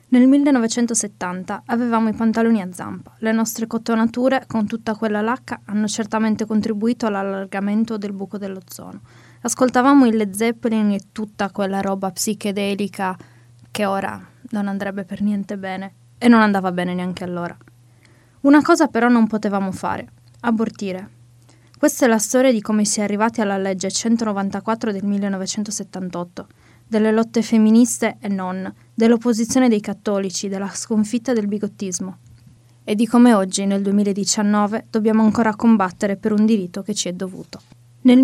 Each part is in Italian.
Nel 1970 avevamo i pantaloni a zampa. Le nostre cotonature, con tutta quella lacca, hanno certamente contribuito all'allargamento del buco dell'ozono. Ascoltavamo il Led Zeppelin e tutta quella roba psichedelica che ora non andrebbe per niente bene, e non andava bene neanche allora. Una cosa però non potevamo fare: abortire. Questa è la storia di come si è arrivati alla legge 194 del 1978, delle lotte femministe e non, dell'opposizione dei cattolici, della sconfitta del bigottismo, e di come oggi, nel 2019, dobbiamo ancora combattere per un diritto che ci è dovuto. Nel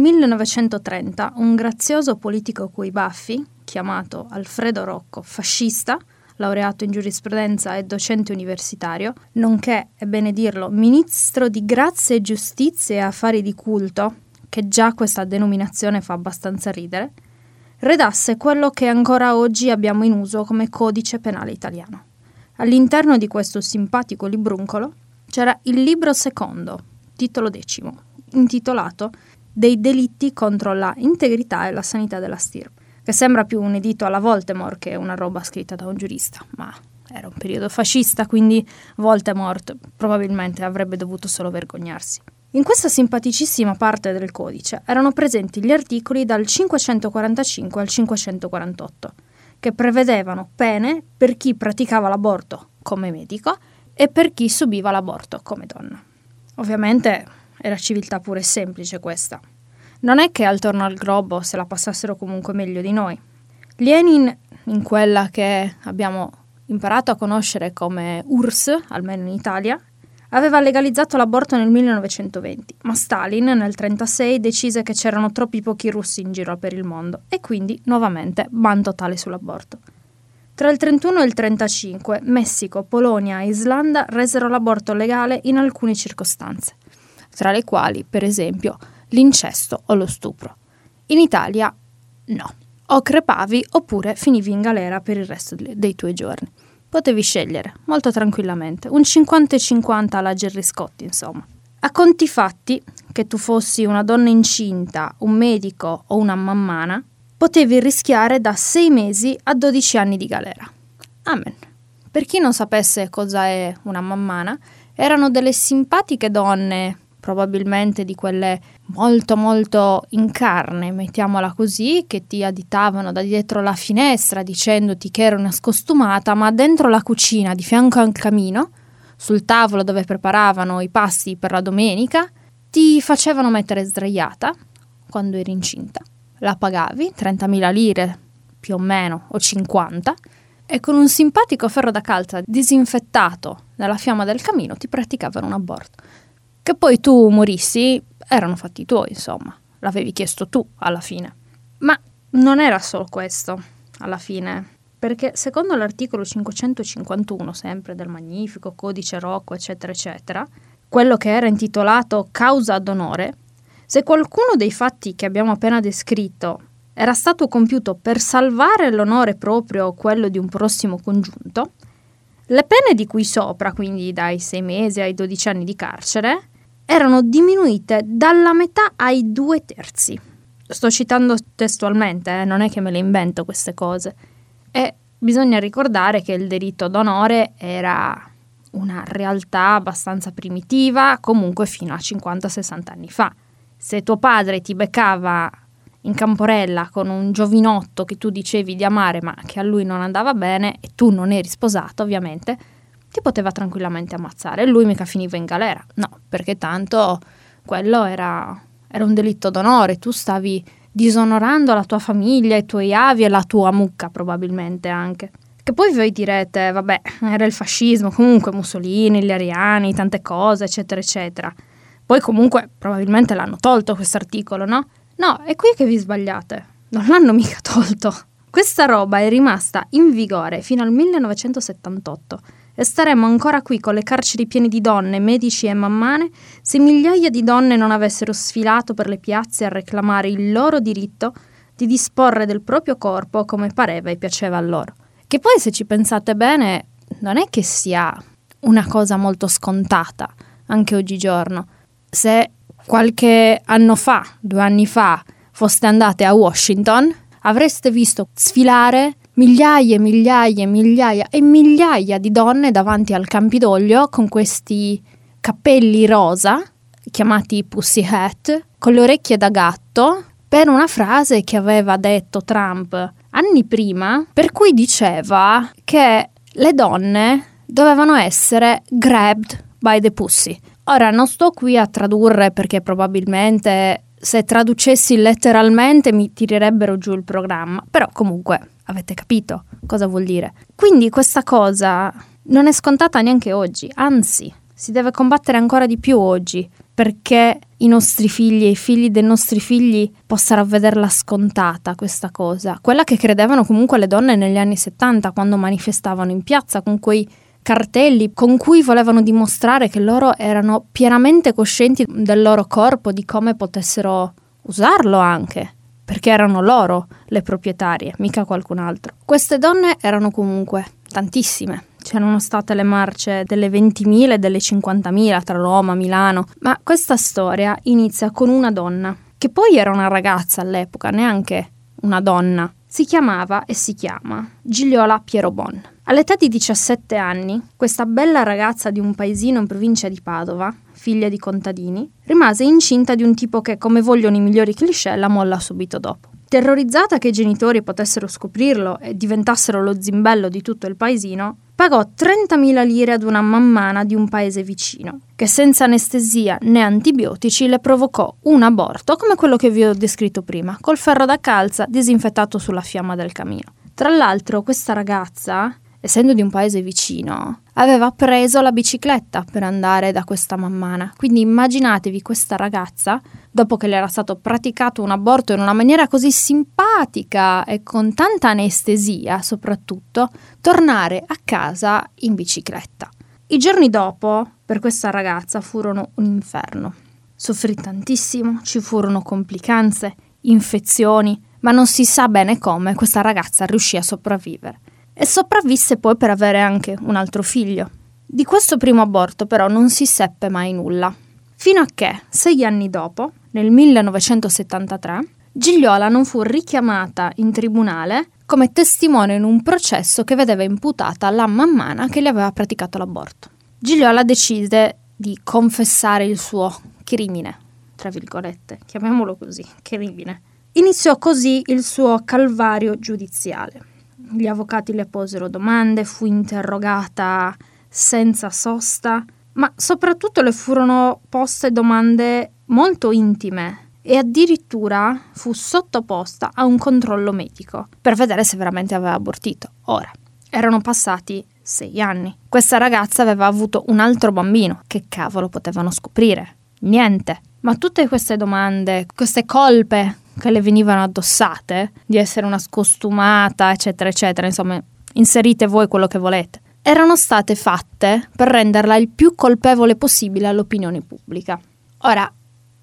1930 un grazioso politico coi baffi, chiamato Alfredo Rocco, fascista, laureato in giurisprudenza e docente universitario, nonché, è bene dirlo, ministro di grazia e giustizia e affari di culto, che già questa denominazione fa abbastanza ridere, redasse quello che ancora oggi abbiamo in uso come codice penale italiano. All'interno di questo simpatico libruncolo c'era il libro secondo, titolo 10, intitolato Dei delitti contro la integrità e la sanità della stirpe, che sembra più un editto alla Voldemort che una roba scritta da un giurista, ma era un periodo fascista, quindi Voldemort probabilmente avrebbe dovuto solo vergognarsi. In questa simpaticissima parte del codice erano presenti gli articoli dal 545 al 548, che prevedevano pene per chi praticava l'aborto come medico e per chi subiva l'aborto come donna. Ovviamente era civiltà pura e semplice questa. Non è che attorno al globo se la passassero comunque meglio di noi. Lenin, in quella che abbiamo imparato a conoscere come URSS, almeno in Italia, aveva legalizzato l'aborto nel 1920, ma Stalin nel 1936 decise che c'erano troppi pochi russi in giro per il mondo e quindi, nuovamente, ban totale sull'aborto. Tra il 31 e il 35, Messico, Polonia e Islanda resero l'aborto legale in alcune circostanze, tra le quali, per esempio, l'incesto o lo stupro. In Italia, no. O crepavi oppure finivi in galera per il resto dei tuoi giorni. Potevi scegliere, molto tranquillamente, un 50-50 alla Gerry Scott, insomma. A conti fatti, che tu fossi una donna incinta, un medico o una mammana, potevi rischiare da 6 mesi a 12 anni di galera. Amen. Per chi non sapesse cosa è una mammana, erano delle simpatiche donne, probabilmente di quelle molto molto in carne, mettiamola così, che ti additavano da dietro la finestra dicendoti che ero una scostumata, ma dentro la cucina, di fianco al camino, sul tavolo dove preparavano i pasti per la domenica, ti facevano mettere sdraiata quando eri incinta. La pagavi, 30.000 lire più o meno, o 50, e con un simpatico ferro da calza disinfettato nella fiamma del camino ti praticavano un aborto. Che poi tu morissi, erano fatti tuoi, insomma. L'avevi chiesto tu, alla fine. Ma non era solo questo, alla fine. Perché secondo l'articolo 551, sempre del magnifico codice Rocco, eccetera, eccetera, quello che era intitolato causa ad onore, se qualcuno dei fatti che abbiamo appena descritto era stato compiuto per salvare l'onore proprio o quello di un prossimo congiunto, le pene di cui sopra, quindi dai 6 mesi ai 12 anni di carcere, erano diminuite dalla metà ai 2/3. Sto citando testualmente, non è che me le invento queste cose. E bisogna ricordare che il delitto d'onore era una realtà abbastanza primitiva, comunque fino a 50-60 anni fa. Se tuo padre ti beccava in camporella con un giovinotto che tu dicevi di amare ma che a lui non andava bene e tu non eri sposata, ovviamente, ti poteva tranquillamente ammazzare e lui mica finiva in galera. No, perché tanto quello era un delitto d'onore, tu stavi disonorando la tua famiglia, i tuoi avi e la tua mucca probabilmente anche. Che poi voi direte, vabbè, era il fascismo, comunque Mussolini, gli ariani, tante cose, eccetera, eccetera. Poi comunque probabilmente l'hanno tolto quest'articolo, no? No, è qui che vi sbagliate. Non l'hanno mica tolto. Questa roba è rimasta in vigore fino al 1978 e staremmo ancora qui con le carceri piene di donne, medici e mammane se migliaia di donne non avessero sfilato per le piazze a reclamare il loro diritto di disporre del proprio corpo come pareva e piaceva a loro. Che poi, se ci pensate bene, non è che sia una cosa molto scontata anche oggigiorno. Se qualche anno fa, 2 anni fa, foste andate a Washington, avreste visto sfilare migliaia e migliaia e migliaia e migliaia di donne davanti al Campidoglio con questi capelli rosa, chiamati Pussy Hat, con le orecchie da gatto, per una frase che aveva detto Trump anni prima, per cui diceva che le donne dovevano essere grabbed by the pussy. Ora non sto qui a tradurre perché probabilmente se traducessi letteralmente mi tirerebbero giù il programma, però comunque avete capito cosa vuol dire. Quindi questa cosa non è scontata neanche oggi, anzi si deve combattere ancora di più oggi perché i nostri figli e i figli dei nostri figli possano vederla scontata questa cosa. Quella che credevano comunque le donne negli anni 70 quando manifestavano in piazza con quei cartelli con cui volevano dimostrare che loro erano pienamente coscienti del loro corpo, di come potessero usarlo anche, perché erano loro le proprietarie, mica qualcun altro. Queste donne erano comunque tantissime. C'erano state le marce delle 20.000 e delle 50.000 tra Roma, Milano, ma questa storia inizia con una donna, che poi era una ragazza all'epoca, neanche una donna. Si chiamava e si chiama Gigliola Pierobon. All'età di 17 anni, questa bella ragazza di un paesino in provincia di Padova, figlia di contadini, rimase incinta di un tipo che, come vogliono i migliori cliché, la molla subito dopo. Terrorizzata che i genitori potessero scoprirlo e diventassero lo zimbello di tutto il paesino, pagò 30.000 lire ad una mammana di un paese vicino, che senza anestesia né antibiotici le provocò un aborto come quello che vi ho descritto prima, col ferro da calza disinfettato sulla fiamma del camino. Tra l'altro questa ragazza, essendo di un paese vicino, aveva preso la bicicletta per andare da questa mammana. Quindi immaginatevi questa ragazza, dopo che le era stato praticato un aborto in una maniera così simpatica e con tanta anestesia soprattutto, tornare a casa in bicicletta. I giorni dopo, per questa ragazza, furono un inferno. Soffrì tantissimo, ci furono complicanze, infezioni, ma non si sa bene come questa ragazza riuscì a sopravvivere. E sopravvisse poi per avere anche un altro figlio. Di questo primo aborto però non si seppe mai nulla, fino a che, 6 anni dopo, nel 1973, Gigliola non fu richiamata in tribunale come testimone in un processo che vedeva imputata la mammana che le aveva praticato l'aborto. Gigliola decise di confessare il suo crimine, tra virgolette, chiamiamolo così, crimine. Iniziò così il suo calvario giudiziale. Gli avvocati le posero domande, fu interrogata senza sosta, ma soprattutto le furono poste domande molto intime e addirittura fu sottoposta a un controllo medico per vedere se veramente aveva abortito. Ora, erano passati 6 anni. Questa ragazza aveva avuto un altro bambino. Che cavolo potevano scoprire? Niente. Ma tutte queste domande, queste colpe che le venivano addossate, di essere una scostumata, eccetera, eccetera, insomma, inserite voi quello che volete, erano state fatte per renderla il più colpevole possibile all'opinione pubblica. Ora,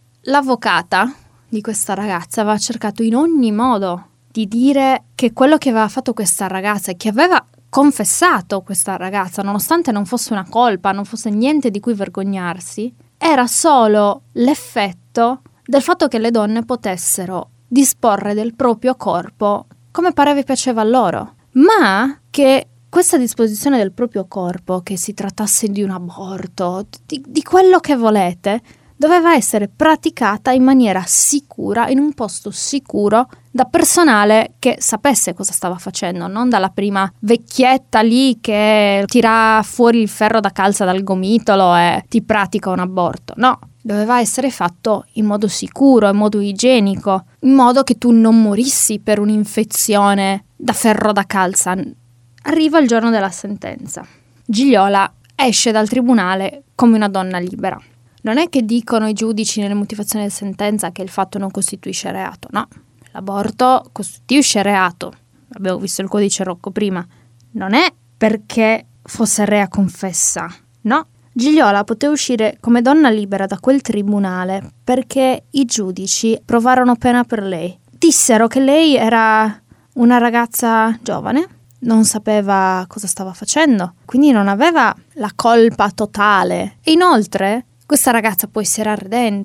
l'avvocata di questa ragazza aveva cercato in ogni modo di dire che quello che aveva fatto questa ragazza e che aveva confessato questa ragazza, nonostante non fosse una colpa, non fosse niente di cui vergognarsi, era solo l'effetto del fatto che le donne potessero disporre del proprio corpo come pareva e piaceva a loro, ma che questa disposizione del proprio corpo, che si trattasse di un aborto, di quello che volete, doveva essere praticata in maniera sicura, in un posto sicuro, da personale che sapesse cosa stava facendo, non dalla prima vecchietta lì che tira fuori il ferro da calza dal gomitolo e ti pratica un aborto. No, doveva essere fatto in modo sicuro, in modo igienico, in modo che tu non morissi per un'infezione da ferro da calza. Arriva il giorno della sentenza. Gigliola esce dal tribunale come una donna libera. Non è che dicono i giudici nelle motivazioni di sentenza che il fatto non costituisce reato, no. L'aborto costituisce reato. Abbiamo visto il codice Rocco prima. Non è perché fosse rea confessa, no. Gigliola poteva uscire come donna libera da quel tribunale perché i giudici provarono pena per lei. Dissero che lei era una ragazza giovane, non sapeva cosa stava facendo, quindi non aveva la colpa totale. E inoltre questa ragazza poi si era redenta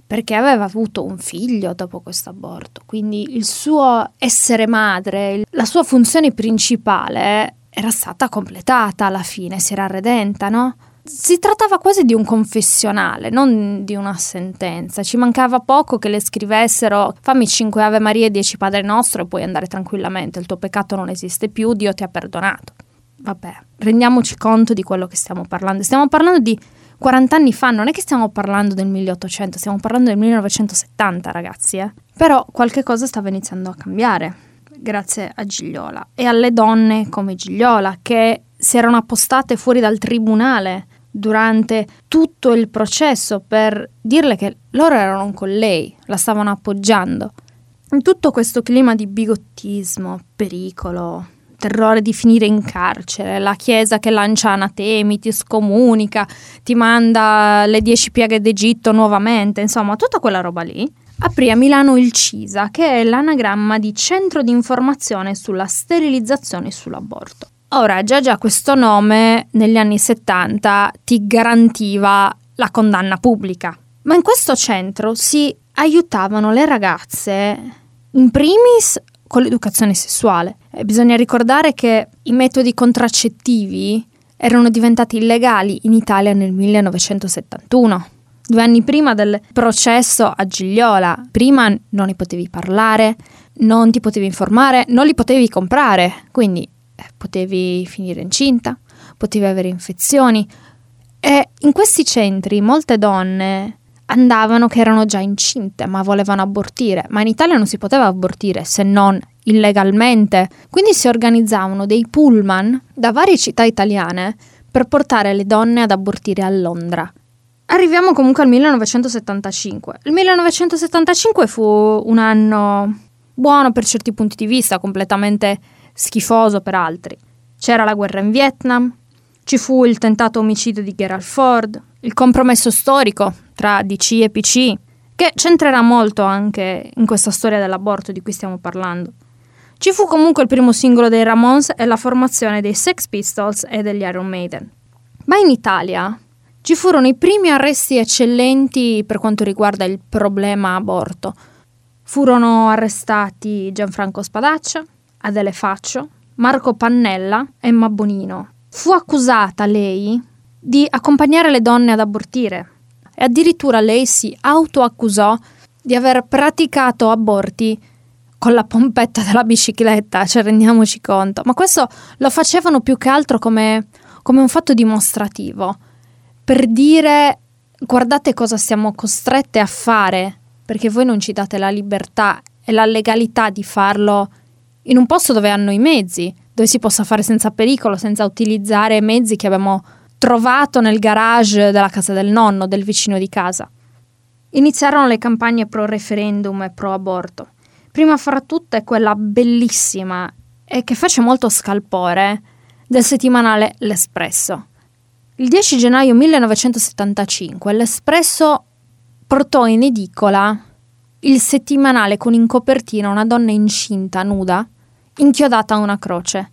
perché aveva avuto un figlio dopo questo aborto, quindi il suo essere madre, la sua funzione principale era stata completata alla fine, si era redenta, no? Si trattava quasi di un confessionale, non di una sentenza. Ci mancava poco che le scrivessero: fammi 5 Ave Maria e 10 Padre Nostro e puoi andare tranquillamente, il tuo peccato non esiste più, Dio ti ha perdonato. Vabbè, rendiamoci conto di quello che stiamo parlando. Stiamo parlando di 40 anni fa, non è che stiamo parlando del 1800, stiamo parlando del 1970, ragazzi. Però qualche cosa stava iniziando a cambiare, grazie a Gigliola e alle donne come Gigliola, che si erano appostate fuori dal tribunale durante tutto il processo per dirle che loro erano con lei, la stavano appoggiando. In tutto questo clima di bigottismo, pericolo, terrore di finire in carcere, la Chiesa che lancia anatemi, ti scomunica, ti manda le 10 piaghe d'Egitto nuovamente, insomma tutta quella roba lì, aprì a Milano il CISA, che è l'anagramma di Centro di Informazione sulla Sterilizzazione e sull'Aborto. Ora, già questo nome negli anni 70 ti garantiva la condanna pubblica, ma in questo centro si aiutavano le ragazze in primis con l'educazione sessuale. E bisogna ricordare che i metodi contraccettivi erano diventati illegali in Italia nel 1971. 2 anni prima del processo a Gigliola. Prima non ne potevi parlare, non ti potevi informare, non li potevi comprare, quindi potevi finire incinta, potevi avere infezioni. E in questi centri molte donne andavano che erano già incinte ma volevano abortire, ma in Italia non si poteva abortire se non illegalmente, quindi si organizzavano dei pullman da varie città italiane per portare le donne ad abortire a Londra. Arriviamo comunque al 1975. Il 1975 fu un anno buono per certi punti di vista, completamente schifoso per altri. C'era la guerra in Vietnam, ci fu il tentato omicidio di Gerald Ford, il compromesso storico tra DC e PC, che c'entrerà molto anche in questa storia dell'aborto di cui stiamo parlando. Ci fu comunque il primo singolo dei Ramones e la formazione dei Sex Pistols e degli Iron Maiden. Ma in Italia ci furono i primi arresti eccellenti per quanto riguarda il problema aborto. Furono arrestati Gianfranco Spadaccia, Adele Faccio, Marco Pannella, Emma Bonino. Fu accusata lei di accompagnare le donne ad abortire e addirittura lei si autoaccusò di aver praticato aborti con la pompetta della bicicletta, cioè rendiamoci conto. Ma questo lo facevano più che altro come un fatto dimostrativo, per dire: guardate cosa siamo costrette a fare, perché voi non ci date la libertà e la legalità di farlo in un posto dove hanno i mezzi, dove si possa fare senza pericolo, senza utilizzare mezzi che abbiamo trovato nel garage della casa del nonno, del vicino di casa. Iniziarono le campagne pro referendum e pro aborto. Prima fra tutte quella bellissima e che fece molto scalpore del settimanale L'Espresso. Il 10 gennaio 1975 L'Espresso portò in edicola il settimanale con in copertina una donna incinta, nuda, inchiodata a una croce.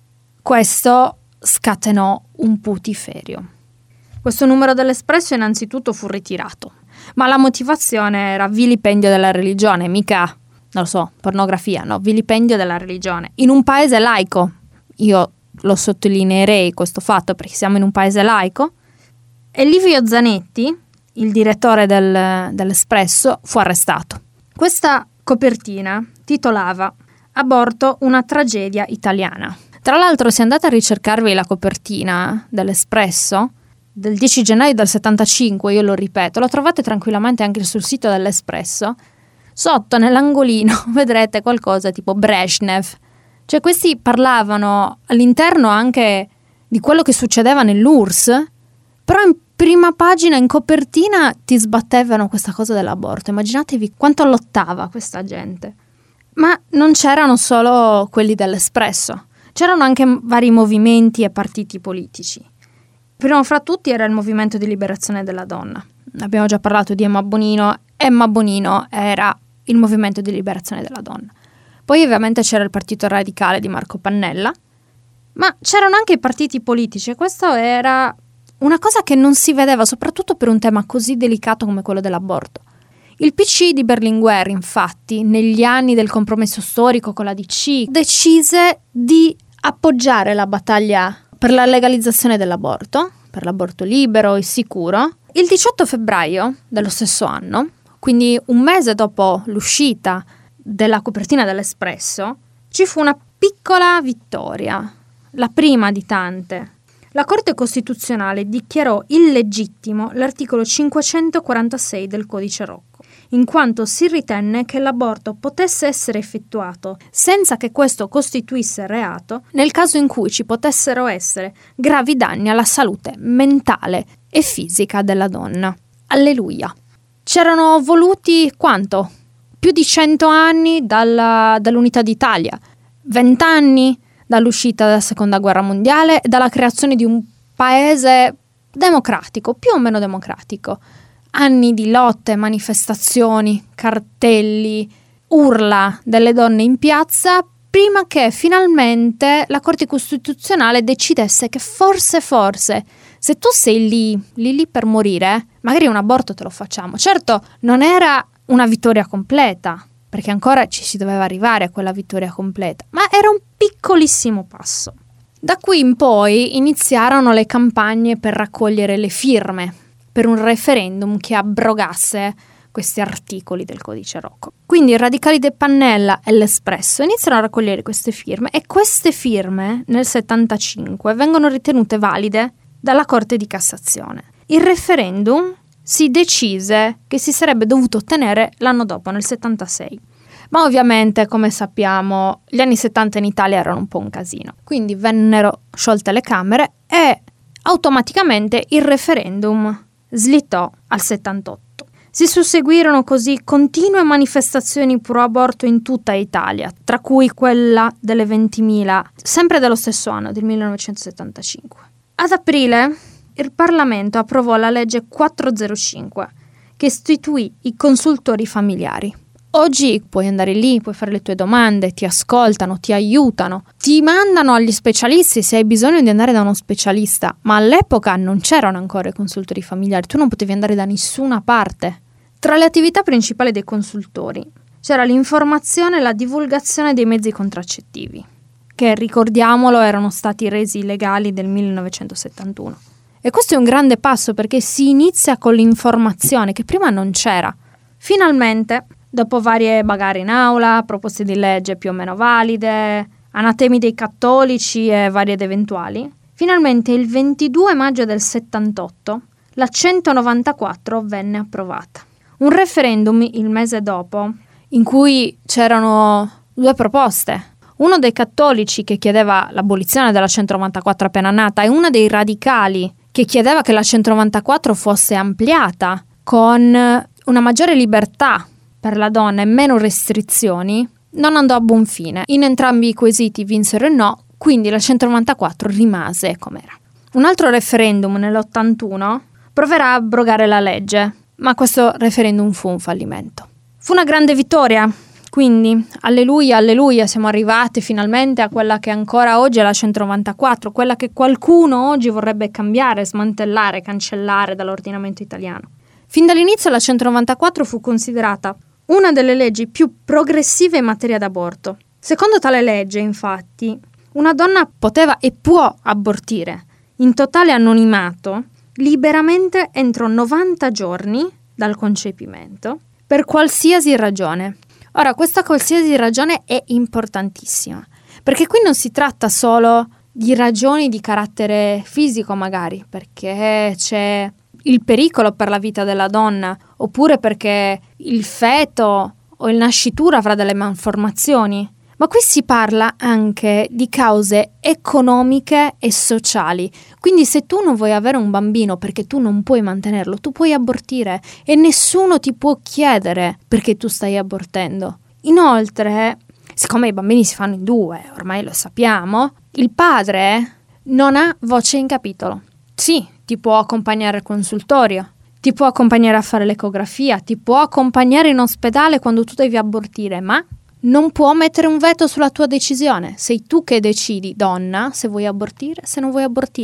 Questo scatenò un putiferio. Questo numero dell'Espresso innanzitutto fu ritirato, ma la motivazione era vilipendio della religione, mica, non lo so, pornografia, no, vilipendio della religione. In un paese laico, io lo sottolineerei questo fatto perché siamo in un paese laico, e Livio Zanetti, il direttore dell'Espresso, fu arrestato. Questa copertina titolava Aborto, una tragedia italiana. Tra l'altro, se andate a ricercarvi la copertina dell'Espresso del 10 gennaio del 75, io lo ripeto, lo trovate tranquillamente anche sul sito dell'Espresso. Sotto nell'angolino vedrete qualcosa tipo Brezhnev. Cioè questi parlavano all'interno anche di quello che succedeva nell'URSS, però in prima pagina, in copertina, ti sbattevano questa cosa dell'aborto. Immaginatevi quanto lottava questa gente. Ma non c'erano solo quelli dell'Espresso, c'erano anche vari movimenti e partiti politici. Primo fra tutti era il Movimento di Liberazione della Donna. Abbiamo già parlato di Emma Bonino. Emma Bonino era il Movimento di Liberazione della Donna. Poi ovviamente c'era il Partito Radicale di Marco Pannella, ma c'erano anche i partiti politici e questo era una cosa che non si vedeva, soprattutto per un tema così delicato come quello dell'aborto. Il PC di Berlinguer, infatti, negli anni del compromesso storico con la DC, decise di appoggiare la battaglia per la legalizzazione dell'aborto, per l'aborto libero e sicuro. Il 18 febbraio dello stesso anno, quindi un mese dopo l'uscita della copertina dell'Espresso, ci fu una piccola vittoria, la prima di tante. La Corte Costituzionale dichiarò illegittimo l'articolo 546 del Codice Rocco, in quanto si ritenne che l'aborto potesse essere effettuato senza che questo costituisse reato nel caso in cui ci potessero essere gravi danni alla salute mentale e fisica della donna. Alleluia! C'erano voluti quanto? Più di 100 anni dall'unità d'Italia, 20 anni dall'uscita della Seconda Guerra Mondiale e dalla creazione di un paese democratico, più o meno democratico. Anni di lotte, manifestazioni, cartelli, urla delle donne in piazza, prima che finalmente la Corte Costituzionale decidesse che forse, se tu sei lì per morire, magari un aborto te lo facciamo. Certo, non era una vittoria completa, perché ancora ci si doveva arrivare a quella vittoria completa, ma era un piccolissimo passo. Da qui in poi iniziarono le campagne per raccogliere le firme per un referendum che abrogasse questi articoli del Codice Rocco. Quindi i radicali del Pannella e l'Espresso iniziano a raccogliere queste firme e queste firme nel 75 vengono ritenute valide dalla Corte di Cassazione. Il referendum si decise che si sarebbe dovuto ottenere l'anno dopo, nel 76. Ma ovviamente, come sappiamo, gli anni 70 in Italia erano un po' un casino. Quindi vennero sciolte le Camere e automaticamente il referendum slittò al 78. Si susseguirono così continue manifestazioni pro aborto in tutta Italia, tra cui quella delle 20.000, sempre dello stesso anno, del 1975. Ad aprile il Parlamento approvò la legge 405, che istituì i consultori familiari. Oggi puoi andare lì, puoi fare le tue domande, ti ascoltano, ti aiutano, ti mandano agli specialisti se hai bisogno di andare da uno specialista, ma all'epoca non c'erano ancora i consultori familiari, tu non potevi andare da nessuna parte. Tra le attività principali dei consultori c'era l'informazione e la divulgazione dei mezzi contraccettivi, che, ricordiamolo, erano stati resi illegali nel 1971. E questo è un grande passo perché si inizia con l'informazione che prima non c'era. Finalmente, dopo varie bagarre in aula, proposte di legge più o meno valide, anatemi dei cattolici e varie ed eventuali, finalmente il 22 maggio del 78 la 194 venne approvata. Un referendum il mese dopo, in cui c'erano due proposte. Uno dei cattolici che chiedeva l'abolizione della 194 appena nata e uno dei radicali che chiedeva che la 194 fosse ampliata con una maggiore libertà per la donna e meno restrizioni, non andò a buon fine. In entrambi i quesiti vinsero il no, quindi la 194 rimase com'era. Un altro referendum nell'81 proverà a abrogare la legge, ma questo referendum fu un fallimento. Fu una grande vittoria, quindi alleluia, alleluia, siamo arrivati finalmente a quella che ancora oggi è la 194, quella che qualcuno oggi vorrebbe cambiare, smantellare, cancellare dall'ordinamento italiano. Fin dall'inizio la 194 fu considerata una delle leggi più progressive in materia d'aborto. Secondo tale legge, infatti, una donna poteva e può abortire in totale anonimato, liberamente entro 90 giorni dal concepimento, per qualsiasi ragione. Ora, questa qualsiasi ragione è importantissima, perché qui non si tratta solo di ragioni di carattere fisico magari, perché c'è il pericolo per la vita della donna, oppure perché il feto o il nascituro avrà delle malformazioni. Ma qui si parla anche di cause economiche e sociali. Quindi se tu non vuoi avere un bambino perché tu non puoi mantenerlo, tu puoi abortire e nessuno ti può chiedere perché tu stai abortendo. Inoltre, siccome i bambini si fanno in due, ormai lo sappiamo, il padre non ha voce in capitolo. Sì, ti può accompagnare al consultorio, ti può accompagnare a fare l'ecografia, ti può accompagnare in ospedale quando tu devi abortire, ma non può mettere un veto sulla tua decisione. Sei tu che decidi, donna, se vuoi abortire, se non vuoi abortire.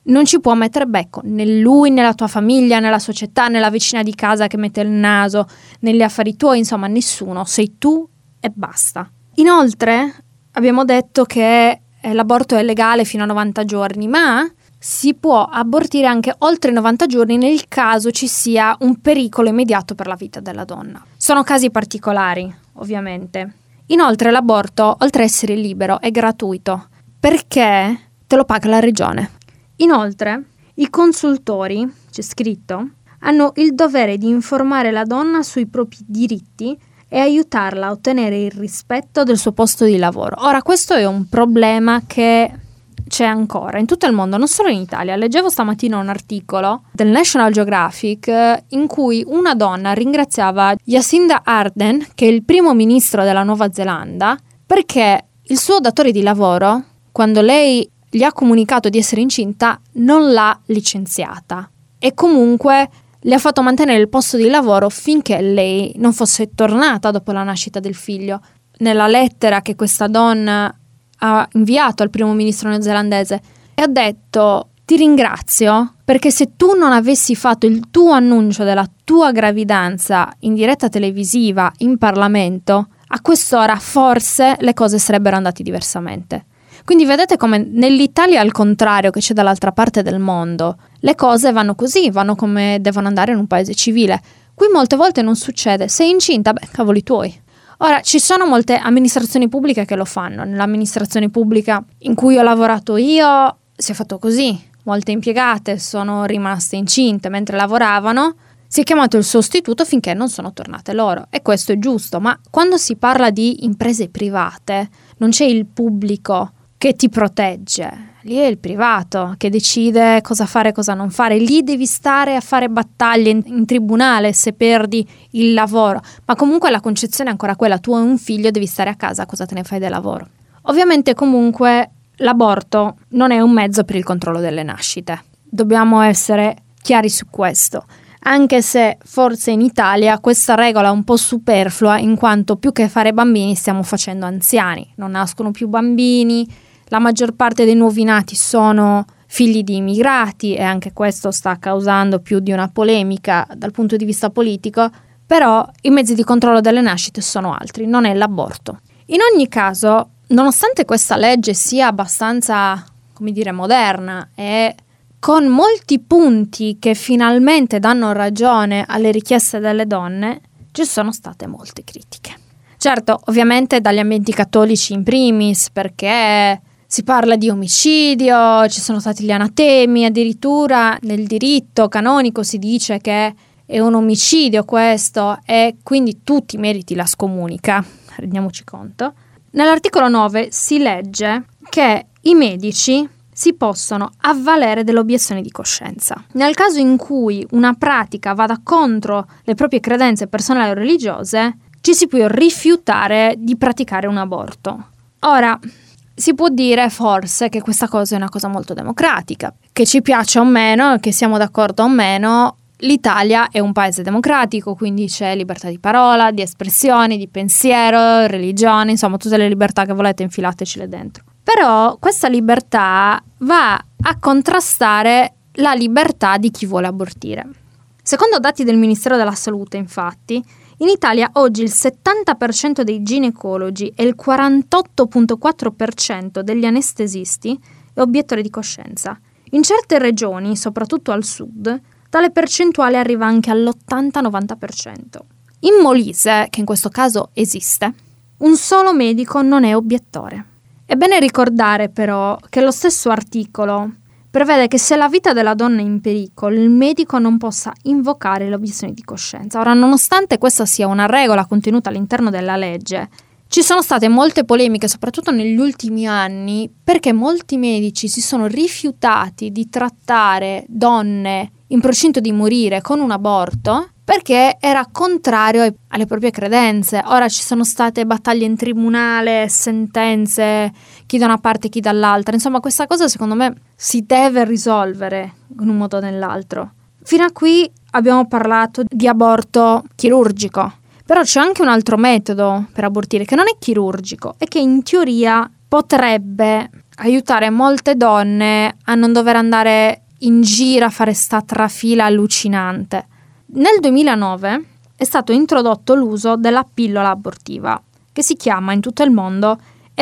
non ci può mettere becco né lui, né la tua famiglia, né la società, né la vicina di casa che mette il naso negli affari tuoi, insomma nessuno, sei tu e basta. Inoltre abbiamo detto che l'aborto è legale fino a 90 giorni, ma si può abortire anche oltre i 90 giorni nel caso ci sia un pericolo immediato per la vita della donna. Sono casi particolari, ovviamente. Inoltre l'aborto, oltre a essere libero, è gratuito perché te lo paga la regione. Inoltre, i consultori, c'è scritto, hanno il dovere di informare la donna sui propri diritti e aiutarla a ottenere il rispetto del suo posto di lavoro. Ora, questo è un problema che c'è ancora in tutto il mondo, non solo in Italia. Leggevo stamattina un articolo del National Geographic in cui una donna ringraziava Jacinda Ardern, che è il primo ministro della Nuova Zelanda, perché il suo datore di lavoro, quando lei gli ha comunicato di essere incinta, non l'ha licenziata e comunque le ha fatto mantenere il posto di lavoro finché lei non fosse tornata dopo la nascita del figlio. Nella lettera che questa donna ha inviato al primo ministro neozelandese e ha detto: ti ringrazio perché se tu non avessi fatto il tuo annuncio della tua gravidanza in diretta televisiva in Parlamento, a quest'ora forse le cose sarebbero andate diversamente. Quindi vedete come nell'Italia al contrario, che c'è dall'altra parte del mondo, le cose vanno così, vanno come devono andare in un paese civile. Qui molte volte non succede. Sei incinta? Beh, cavoli tuoi. Ora, ci sono molte amministrazioni pubbliche che lo fanno. Nell'amministrazione pubblica in cui ho lavorato io si è fatto così. Molte impiegate sono rimaste incinte mentre lavoravano. Si è chiamato il sostituto finché non sono tornate loro. E questo è giusto. Ma quando si parla di imprese private, non c'è il pubblico che ti protegge, lì è il privato che decide cosa fare e cosa non fare. Lì devi stare a fare battaglie in tribunale se perdi il lavoro, ma comunque la concezione è ancora quella: tu hai un figlio, devi stare a casa, cosa te ne fai del lavoro? Ovviamente comunque l'aborto non è un mezzo per il controllo delle nascite, dobbiamo essere chiari su questo, anche se forse in Italia questa regola è un po' superflua, in quanto più che fare bambini stiamo facendo anziani, non nascono più bambini. La maggior parte dei nuovi nati sono figli di immigrati e anche questo sta causando più di una polemica dal punto di vista politico, però i mezzi di controllo delle nascite sono altri, non è l'aborto. In ogni caso, nonostante questa legge sia abbastanza, come dire, moderna e con molti punti che finalmente danno ragione alle richieste delle donne, ci sono state molte critiche. Certo, ovviamente dagli ambienti cattolici in primis, perché si parla di omicidio, ci sono stati gli anatemi, addirittura nel diritto canonico si dice che è un omicidio questo e quindi tu ti meriti la scomunica, rendiamoci conto. Nell'articolo 9 si legge che i medici si possono avvalere dell'obiezione di coscienza. Nel caso in cui una pratica vada contro le proprie credenze personali o religiose, ci si può rifiutare di praticare un aborto. Ora, si può dire forse che questa cosa è una cosa molto democratica, che ci piaccia o meno, che siamo d'accordo o meno, l'Italia è un paese democratico, quindi c'è libertà di parola, di espressione, di pensiero, religione, insomma tutte le libertà che volete infilatecele dentro. Però questa libertà va a contrastare la libertà di chi vuole abortire. Secondo dati del Ministero della Salute, infatti, in Italia oggi il 70% dei ginecologi e il 48,4% degli anestesisti è obiettore di coscienza. In certe regioni, soprattutto al sud, tale percentuale arriva anche all'80-90%. In Molise, che in questo caso esiste, un solo medico non è obiettore. È bene ricordare però che lo stesso articolo prevede che se la vita della donna è in pericolo, il medico non possa invocare l'obiezione di coscienza. Ora, nonostante questa sia una regola contenuta all'interno della legge, ci sono state molte polemiche, soprattutto negli ultimi anni, perché molti medici si sono rifiutati di trattare donne in procinto di morire con un aborto perché era contrario alle proprie credenze. Ora ci sono state battaglie in tribunale, sentenze, chi da una parte chi dall'altra. Insomma, questa cosa secondo me si deve risolvere in un modo o nell'altro. Fino a qui abbiamo parlato di aborto chirurgico, però c'è anche un altro metodo per abortire che non è chirurgico e che in teoria potrebbe aiutare molte donne a non dover andare in giro a fare sta trafila allucinante. Nel 2009 è stato introdotto l'uso della pillola abortiva, che si chiama in tutto il mondo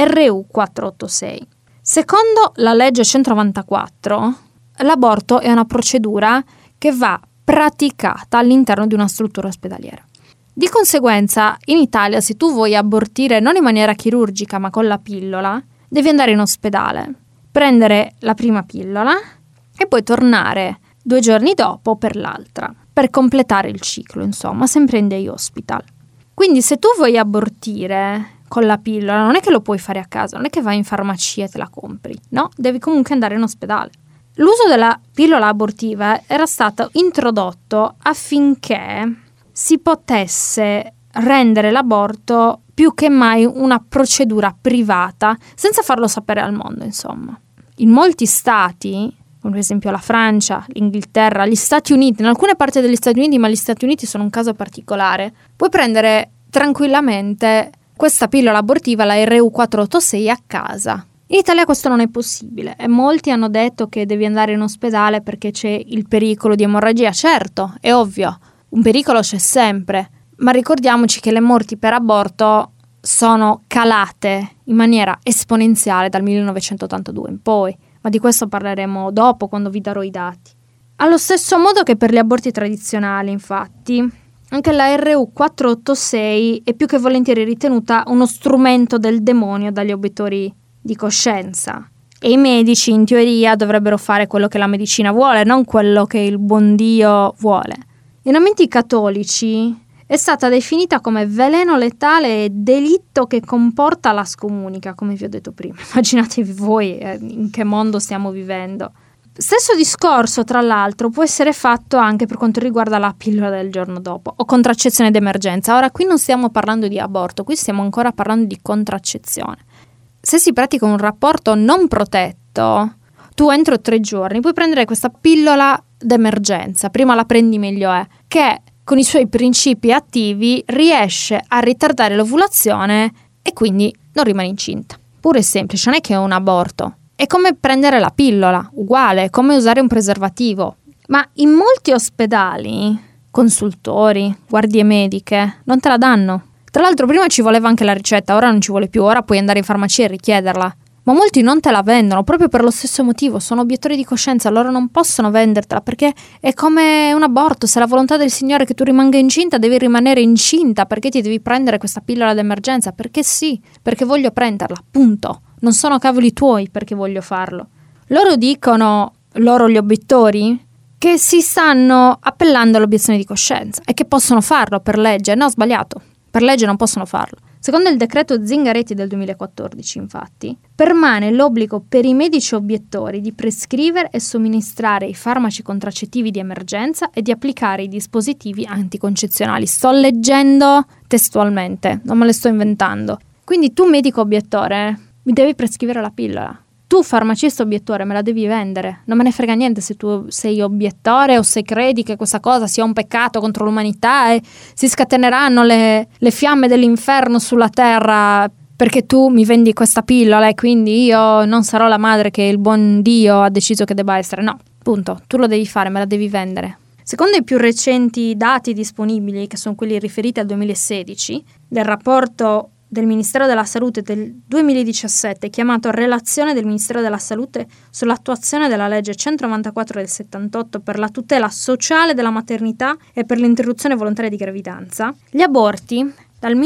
RU486. Secondo la legge 194, l'aborto è una procedura che va praticata all'interno di una struttura ospedaliera. Di conseguenza, in Italia, se tu vuoi abortire non in maniera chirurgica ma con la pillola, devi andare in ospedale, prendere la prima pillola e poi tornare 2 giorni dopo per l'altra, per completare il ciclo, insomma, sempre in day hospital. Quindi se tu vuoi abortire con la pillola, non è che lo puoi fare a casa, non è che vai in farmacia e te la compri, no? Devi comunque andare in ospedale. L'uso della pillola abortiva era stato introdotto affinché si potesse rendere l'aborto più che mai una procedura privata, senza farlo sapere al mondo, insomma. In molti stati, come per esempio la Francia, l'Inghilterra, gli Stati Uniti, in alcune parti degli Stati Uniti, ma gli Stati Uniti sono un caso particolare, puoi prendere tranquillamente questa pillola abortiva, la RU486, a casa. In Italia questo non è possibile e molti hanno detto che devi andare in ospedale perché c'è il pericolo di emorragia. Certo, è ovvio, un pericolo c'è sempre, ma ricordiamoci che le morti per aborto sono calate in maniera esponenziale dal 1982 in poi, ma di questo parleremo dopo quando vi darò i dati. Allo stesso modo che per gli aborti tradizionali, infatti, anche la RU486 è più che volentieri ritenuta uno strumento del demonio dagli obiettori di coscienza. E i medici, in teoria, dovrebbero fare quello che la medicina vuole, non quello che il buon Dio vuole. In ambienti cattolici è stata definita come veleno letale e delitto che comporta la scomunica, come vi ho detto prima. Immaginatevi voi in che mondo stiamo vivendo. Stesso discorso, tra l'altro, può essere fatto anche per quanto riguarda la pillola del giorno dopo o contraccezione d'emergenza. Ora, qui non stiamo parlando di aborto, qui stiamo ancora parlando di contraccezione. Se si pratica un rapporto non protetto, tu entro 3 giorni puoi prendere questa pillola d'emergenza, prima la prendi meglio è, che con i suoi principi attivi riesce a ritardare l'ovulazione e quindi non rimani incinta. Pure e semplice, non è che è un aborto. È come prendere la pillola, uguale, come usare un preservativo. Ma in molti ospedali, consultori, guardie mediche, non te la danno. Tra l'altro prima ci voleva anche la ricetta, ora non ci vuole più, ora puoi andare in farmacia e richiederla. Ma molti non te la vendono proprio per lo stesso motivo, sono obiettori di coscienza, loro non possono vendertela perché è come un aborto, se la volontà del Signore che tu rimanga incinta, devi rimanere incinta, perché ti devi prendere questa pillola d'emergenza? Perché sì, perché voglio prenderla, punto. Non sono cavoli tuoi perché voglio farlo. Loro dicono, gli obiettori, che si stanno appellando all'obiezione di coscienza e che possono farlo per legge. No, sbagliato, per legge non possono farlo. Secondo il decreto Zingaretti del 2014, infatti, permane l'obbligo per i medici obiettori di prescrivere e somministrare i farmaci contraccettivi di emergenza e di applicare i dispositivi anticoncezionali. Sto leggendo testualmente, non me le sto inventando. Quindi tu, medico obiettore, mi devi prescrivere la pillola. Tu, farmacista obiettore, me la devi vendere. Non me ne frega niente se tu sei obiettore o se credi che questa cosa sia un peccato contro l'umanità e si scateneranno le fiamme dell'inferno sulla terra perché tu mi vendi questa pillola e quindi io non sarò la madre che il buon Dio ha deciso che debba essere. No, punto. Tu lo devi fare, me la devi vendere. Secondo i più recenti dati disponibili, che sono quelli riferiti al 2016, del rapporto del Ministero della Salute del 2017, chiamato Relazione del Ministero della Salute sull'attuazione della legge 194 del 78 per la tutela sociale della maternità e per l'interruzione volontaria di gravidanza, gli aborti dal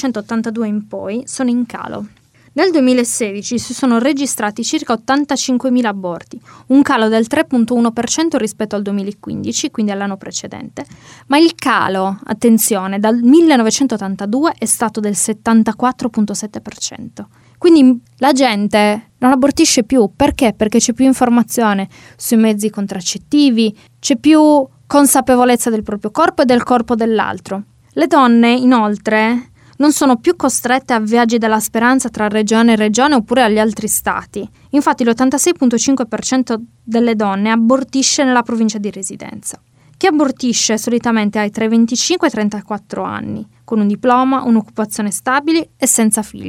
1982 in poi sono in calo. Nel 2016 si sono registrati circa 85.000 aborti, un calo del 3,1% rispetto al 2015, quindi all'anno precedente, ma il calo, attenzione, dal 1982 è stato del 74,7%. Quindi la gente non abortisce più, perché? Perché c'è più informazione sui mezzi contraccettivi, c'è più consapevolezza del proprio corpo e del corpo dell'altro. Le donne, inoltre, non sono più costrette a viaggi della speranza tra regione e regione oppure agli altri stati. Infatti l'86,5% delle donne abortisce nella provincia di residenza. Chi abortisce solitamente ha tra i 25 e i 34 anni, con un diploma, un'occupazione stabile e senza figli.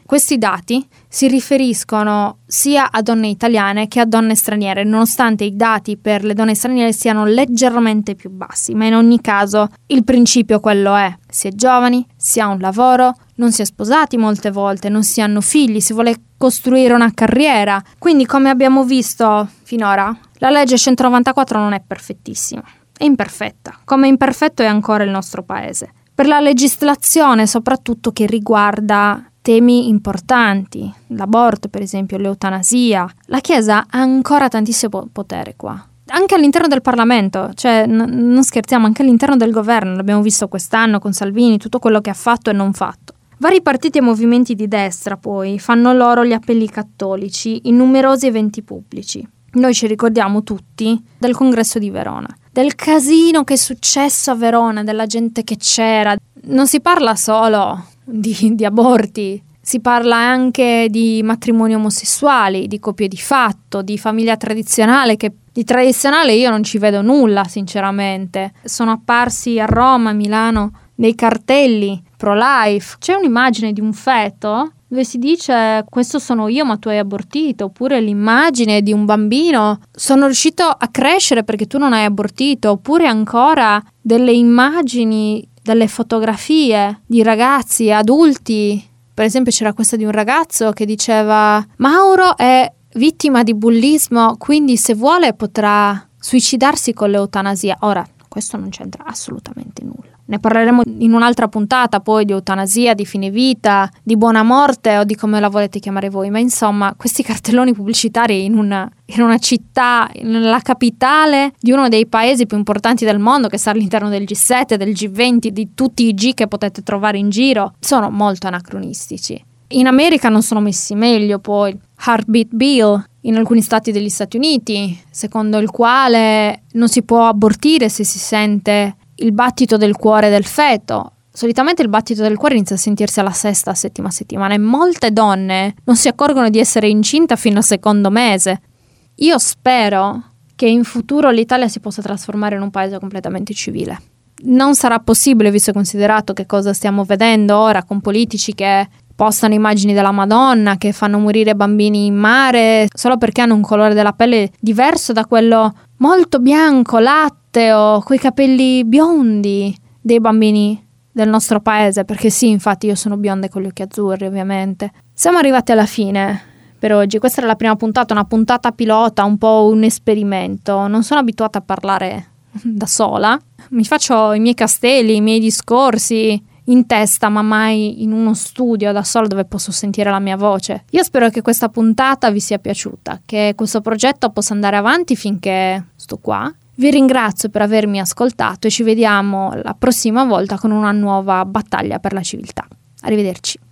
Questi dati si riferiscono sia a donne italiane che a donne straniere, nonostante i dati per le donne straniere siano leggermente più bassi, ma in ogni caso il principio quello è: si è giovani, si ha un lavoro, non si è sposati molte volte, non si hanno figli, si vuole costruire una carriera. Quindi, come abbiamo visto finora, la legge 194 non è perfettissima, è imperfetta, come imperfetto è ancora il nostro paese. Per la legislazione, soprattutto che riguarda temi importanti, l'aborto per esempio, l'eutanasia, la Chiesa ha ancora tantissimo potere qua. Anche all'interno del Parlamento, cioè non scherziamo, anche all'interno del governo, l'abbiamo visto quest'anno con Salvini, tutto quello che ha fatto e non fatto. Vari partiti e movimenti di destra poi fanno loro gli appelli cattolici in numerosi eventi pubblici. Noi ci ricordiamo tutti del congresso di Verona, del casino che è successo a Verona, della gente che c'era. Non si parla solo di aborti, si parla anche di matrimoni omosessuali, di coppie di fatto, di famiglia tradizionale, che di tradizionale io non ci vedo nulla sinceramente. Sono apparsi a Roma, a Milano, dei cartelli pro-life. C'è un'immagine di un feto dove si dice questo sono io ma tu hai abortito, oppure l'immagine di un bambino sono riuscito a crescere perché tu non hai abortito, oppure ancora delle immagini, delle fotografie di ragazzi adulti. Per esempio c'era questa di un ragazzo che diceva: Mauro è vittima di bullismo, quindi se vuole potrà suicidarsi con l'eutanasia. Ora, questo non c'entra assolutamente nulla. Ne parleremo in un'altra puntata poi di eutanasia, di fine vita, di buona morte o di come la volete chiamare voi, ma insomma questi cartelloni pubblicitari in una città, nella capitale di uno dei paesi più importanti del mondo, che sta all'interno del G7, del G20, di tutti i G che potete trovare in giro, sono molto anacronistici. In America non sono messi meglio poi. Heartbeat Bill in alcuni stati degli Stati Uniti, secondo il quale non si può abortire se si sente il battito del cuore del feto. Solitamente il battito del cuore inizia a sentirsi alla sesta, settima settimana e molte donne non si accorgono di essere incinta fino al secondo mese. Io spero che in futuro l'Italia si possa trasformare in un paese completamente civile. Non sarà possibile, visto e considerato che cosa stiamo vedendo ora con politici che postano immagini della Madonna, che fanno morire bambini in mare solo perché hanno un colore della pelle diverso da quello molto bianco, latteo, coi capelli biondi dei bambini del nostro paese, perché sì, infatti io sono bionda con gli occhi azzurri, ovviamente. Siamo arrivati alla fine per oggi. Questa era la prima puntata, una puntata pilota, un po' un esperimento. Non sono abituata a parlare da sola, mi faccio i miei castelli, i miei discorsi in testa, ma mai in uno studio da sola dove posso sentire la mia voce. Io spero che questa puntata vi sia piaciuta, che questo progetto possa andare avanti finché sto qua. Vi ringrazio per avermi ascoltato e ci vediamo la prossima volta con una nuova battaglia per la civiltà. Arrivederci.